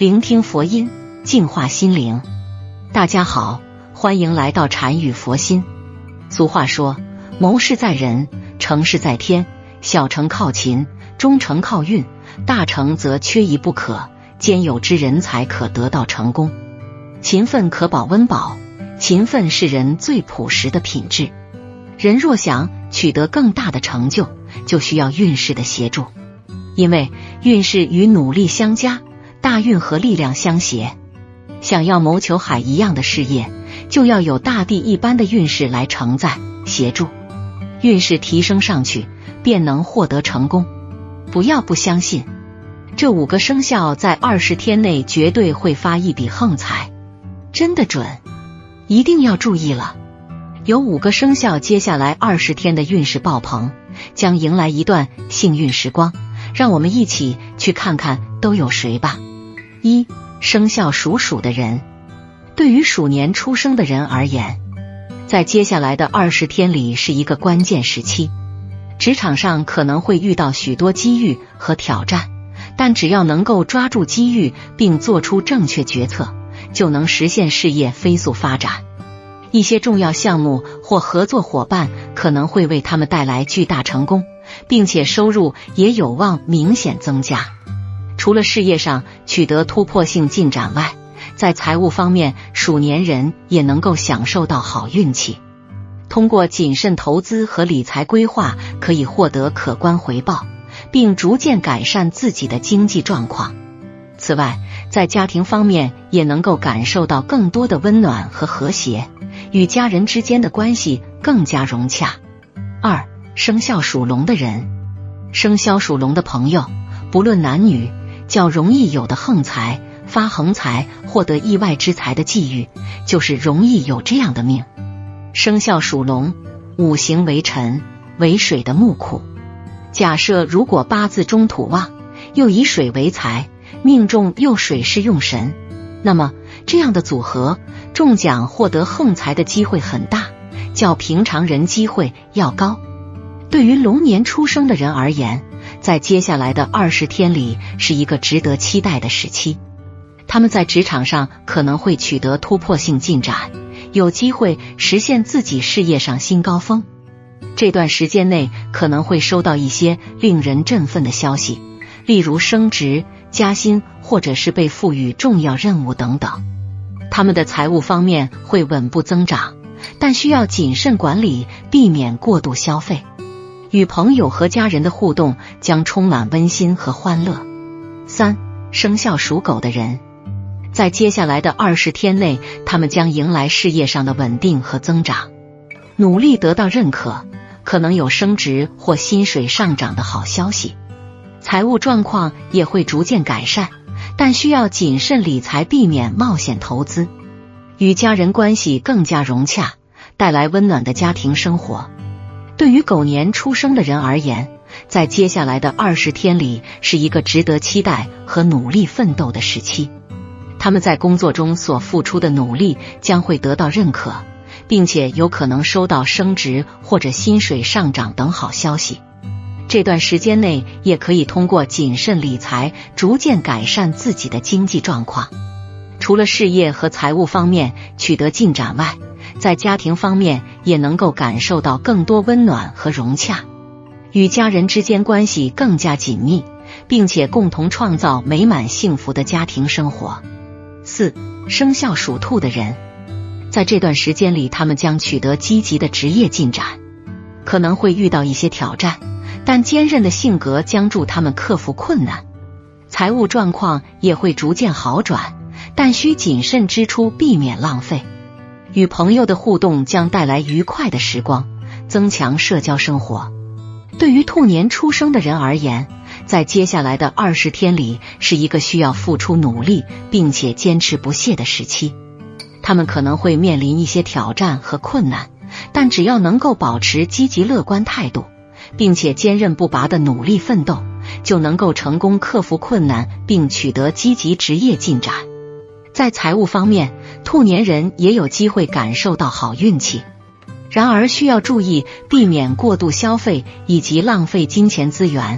聆听佛音，净化心灵。大家好，欢迎来到禅语佛心。俗话说，谋事在人，成事在天，小成靠勤，中成靠运，大成则缺一不可，兼有之人才可得到成功。勤奋可保温饱，勤奋是人最朴实的品质。人若想取得更大的成就，就需要运势的协助，因为运势与努力相加，大运和力量相协。想要谋求海一样的事业，就要有大地一般的运势来承载协助，运势提升上去，便能获得成功。不要不相信，这5个生肖在20天内绝对会发一笔横财，真的准，一定要注意了。有5个生肖接下来20天的运势爆棚，将迎来一段幸运时光，让我们一起去看看都有谁吧。1. 生肖属鼠的人。对于鼠年出生的人而言，在接下来的20天里是一个关键时期，职场上可能会遇到许多机遇和挑战，但只要能够抓住机遇并做出正确决策，就能实现事业飞速发展。一些重要项目或合作伙伴可能会为他们带来巨大成功，并且收入也有望明显增加。除了事业上取得突破性进展外，在财务方面，鼠年人也能够享受到好运气。通过谨慎投资和理财规划，可以获得可观回报，并逐渐改善自己的经济状况。此外，在家庭方面也能够感受到更多的温暖和和谐，与家人之间的关系更加融洽。2. 生肖属龙的人。生肖属龙的朋友，不论男女，较容易有的横财、发横财、获得意外之财的际遇，就是容易有这样的命。生肖属龙，五行为辰，为水的木库。假设如果八字中土旺，又以水为财，命中又水是用神，那么这样的组合，中奖获得横财的机会很大，较平常人机会要高。对于龙年出生的人而言，在接下来的20天里是一个值得期待的时期。他们在职场上可能会取得突破性进展，有机会实现自己事业上新高峰。这段时间内可能会收到一些令人振奋的消息，例如升职、加薪，或者是被赋予重要任务等等。他们的财务方面会稳步增长，但需要谨慎管理，避免过度消费。与朋友和家人的互动将充满温馨和欢乐。3. 生肖属狗的人。在接下来的20天内，他们将迎来事业上的稳定和增长，努力得到认可，可能有升职或薪水上涨的好消息。财务状况也会逐渐改善，但需要谨慎理财，避免冒险投资。与家人关系更加融洽，带来温暖的家庭生活。对于狗年出生的人而言，在接下来的20天里是一个值得期待和努力奋斗的时期。他们在工作中所付出的努力将会得到认可，并且有可能收到升职或者薪水上涨等好消息。这段时间内也可以通过谨慎理财，逐渐改善自己的经济状况。除了事业和财务方面取得进展外，在家庭方面也能够感受到更多温暖和融洽，与家人之间关系更加紧密，并且共同创造美满幸福的家庭生活。4. 生肖属兔的人。在这段时间里，他们将取得积极的职业进展，可能会遇到一些挑战，但坚韧的性格将助他们克服困难。财务状况也会逐渐好转，但需谨慎支出，避免浪费。与朋友的互动将带来愉快的时光，增强社交生活。对于兔年出生的人而言，在接下来的20天里是一个需要付出努力并且坚持不懈的时期。他们可能会面临一些挑战和困难，但只要能够保持积极乐观态度，并且坚韧不拔的努力奋斗，就能够成功克服困难并取得积极职业进展。在财务方面，兔年人也有机会感受到好运气，然而需要注意避免过度消费以及浪费金钱资源，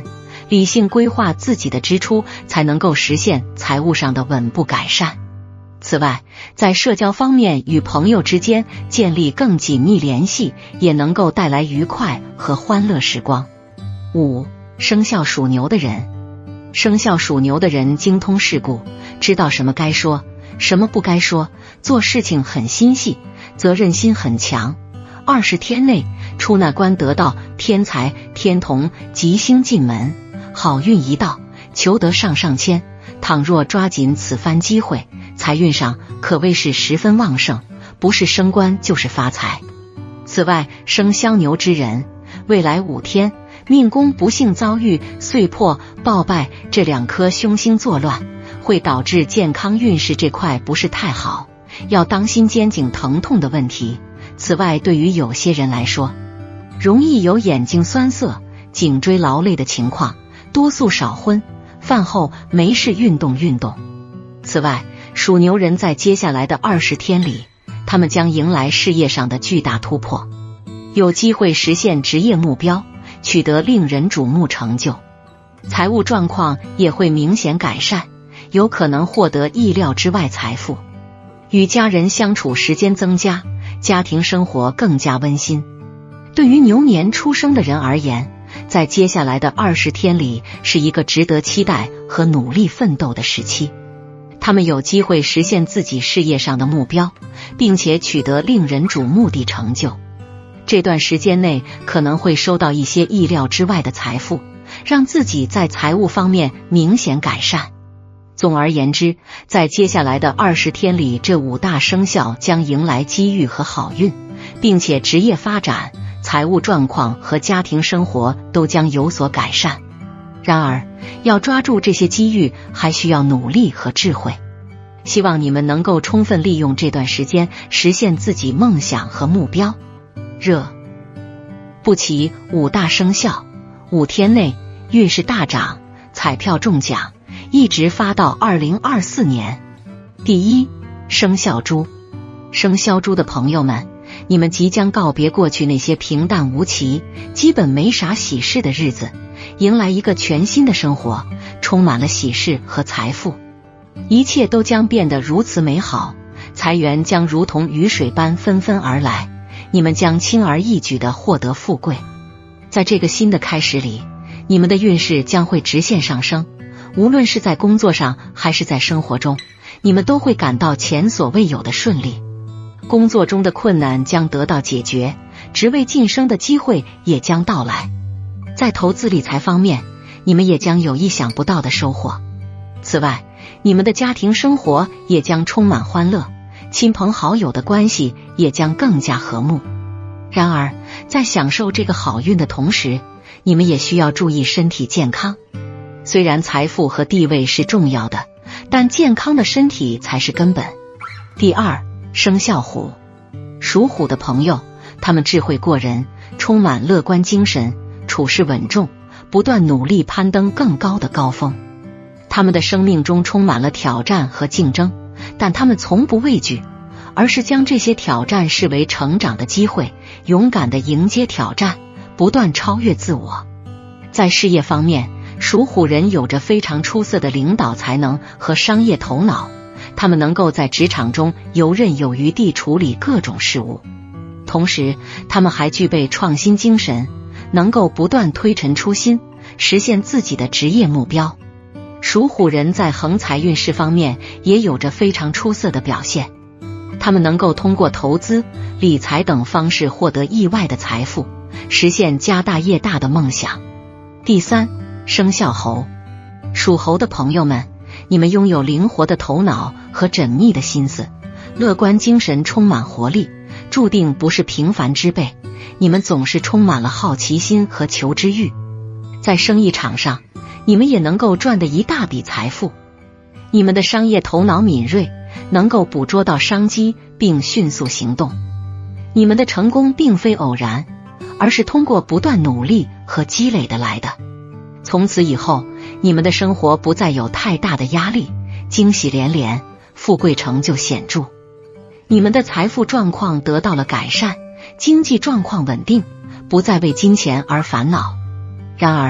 理性规划自己的支出，才能够实现财务上的稳步改善。此外，在社交方面与朋友之间建立更紧密联系，也能够带来愉快和欢乐时光。5. 生肖属牛的人。生肖属牛的人精通世故，知道什么该说，什么不该说，做事情很心细，责任心很强。20天内出纳官得到天财、天同、吉星进门，好运一到，求得上签。倘若抓紧此番机会，财运上可谓是十分旺盛，不是升官就是发财。此外，生肖牛之人，未来5天命宫不幸遭遇岁破、暴败这2颗凶星作乱，会导致健康运势这块不是太好，要当心肩颈疼痛的问题。此外，对于有些人来说，容易有眼睛酸涩、颈椎劳累的情况，多素少荤，饭后没事运动。此外，属牛人在接下来的20天里，他们将迎来事业上的巨大突破，有机会实现职业目标，取得令人瞩目成就。财务状况也会明显改善，有可能获得意料之外财富。与家人相处时间增加，家庭生活更加温馨。对于牛年出生的人而言，在接下来的20天里是一个值得期待和努力奋斗的时期。他们有机会实现自己事业上的目标，并且取得令人瞩目的成就。这段时间内可能会收到一些意料之外的财富，让自己在财务方面明显改善。总而言之，在接下来的20天里，这5大生肖将迎来机遇和好运，并且职业发展、财务状况和家庭生活都将有所改善。然而，要抓住这些机遇，还需要努力和智慧。希望你们能够充分利用这段时间，实现自己梦想和目标。热不齐5大生肖，5天内运势大涨，彩票中奖，一直发到2024年。第1，生肖猪。生肖猪的朋友们，你们即将告别过去那些平淡无奇、基本没啥喜事的日子，迎来一个全新的生活，充满了喜事和财富。一切都将变得如此美好，财源将如同雨水般纷纷而来，你们将轻而易举地获得富贵。在这个新的开始里，你们的运势将会直线上升，无论是在工作上还是在生活中，你们都会感到前所未有的顺利。工作中的困难将得到解决，职位晋升的机会也将到来。在投资理财方面，你们也将有意想不到的收获。此外，你们的家庭生活也将充满欢乐，亲朋好友的关系也将更加和睦。然而，在享受这个好运的同时，你们也需要注意身体健康。虽然财富和地位是重要的，但健康的身体才是根本。第2，生肖虎。属虎的朋友，他们智慧过人，充满乐观精神，处事稳重，不断努力攀登更高的高峰。他们的生命中充满了挑战和竞争，但他们从不畏惧，而是将这些挑战视为成长的机会，勇敢地迎接挑战，不断超越自我。在事业方面，属虎人有着非常出色的领导才能和商业头脑，他们能够在职场中游刃有余地处理各种事务。同时，他们还具备创新精神，能够不断推陈出新，实现自己的职业目标。属虎人在横财运势方面也有着非常出色的表现，他们能够通过投资、理财等方式获得意外的财富，实现家大业大的梦想。第3，生肖猴。属猴的朋友们，你们拥有灵活的头脑和缜密的心思，乐观精神充满活力，注定不是平凡之辈。你们总是充满了好奇心和求知欲，在生意场上，你们也能够赚得一大笔财富。你们的商业头脑敏锐，能够捕捉到商机并迅速行动。你们的成功并非偶然，而是通过不断努力和积累得来的。从此以后，你们的生活不再有太大的压力，惊喜连连，富贵成就显著。你们的财富状况得到了改善，经济状况稳定，不再为金钱而烦恼。然而，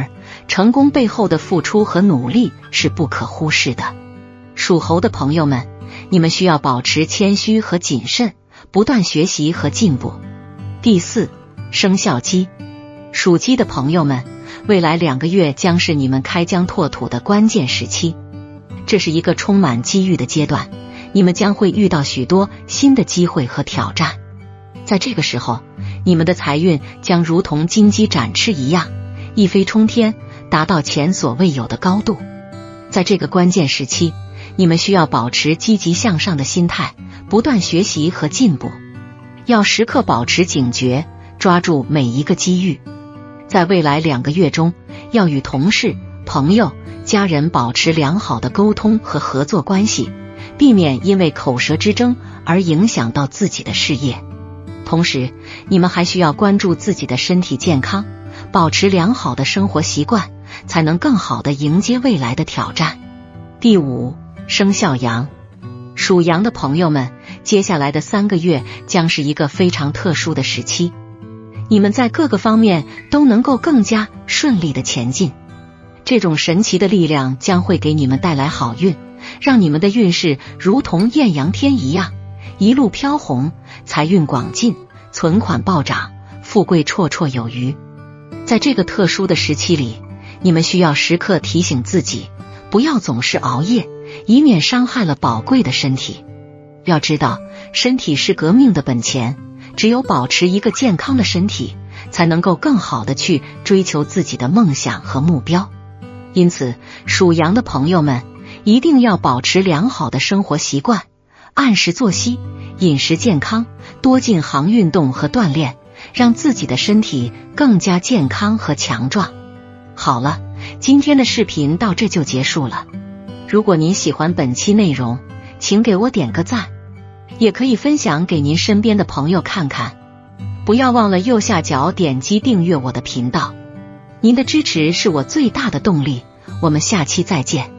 成功背后的付出和努力是不可忽视的。属猴的朋友们，你们需要保持谦虚和谨慎，不断学习和进步。第4，生肖鸡。属鸡的朋友们，未来2个月将是你们开疆拓土的关键时期，这是一个充满机遇的阶段，你们将会遇到许多新的机会和挑战。在这个时候，你们的财运将如同金鸡展翅一样，一飞冲天，达到前所未有的高度。在这个关键时期，你们需要保持积极向上的心态，不断学习和进步，要时刻保持警觉，抓住每一个机遇。在未来2个月中，要与同事、朋友、家人保持良好的沟通和合作关系，避免因为口舌之争而影响到自己的事业。同时，你们还需要关注自己的身体健康，保持良好的生活习惯，才能更好地迎接未来的挑战。第5，生肖羊。属羊的朋友们，接下来的3个月将是一个非常特殊的时期，你们在各个方面都能够更加顺利地前进。这种神奇的力量将会给你们带来好运，让你们的运势如同艳阳天一样，一路飘红，财运广进，存款暴涨，富贵绰绰有余。在这个特殊的时期里，你们需要时刻提醒自己，不要总是熬夜，以免伤害了宝贵的身体。要知道，身体是革命的本钱，只有保持一个健康的身体，才能够更好地去追求自己的梦想和目标。因此，属羊的朋友们一定要保持良好的生活习惯，按时作息，饮食健康，多进行运动和锻炼，让自己的身体更加健康和强壮。好了，今天的视频到这就结束了。如果您喜欢本期内容，请给我点个赞，也可以分享给您身边的朋友看看。不要忘了右下角点击订阅我的频道，您的支持是我最大的动力。我们下期再见。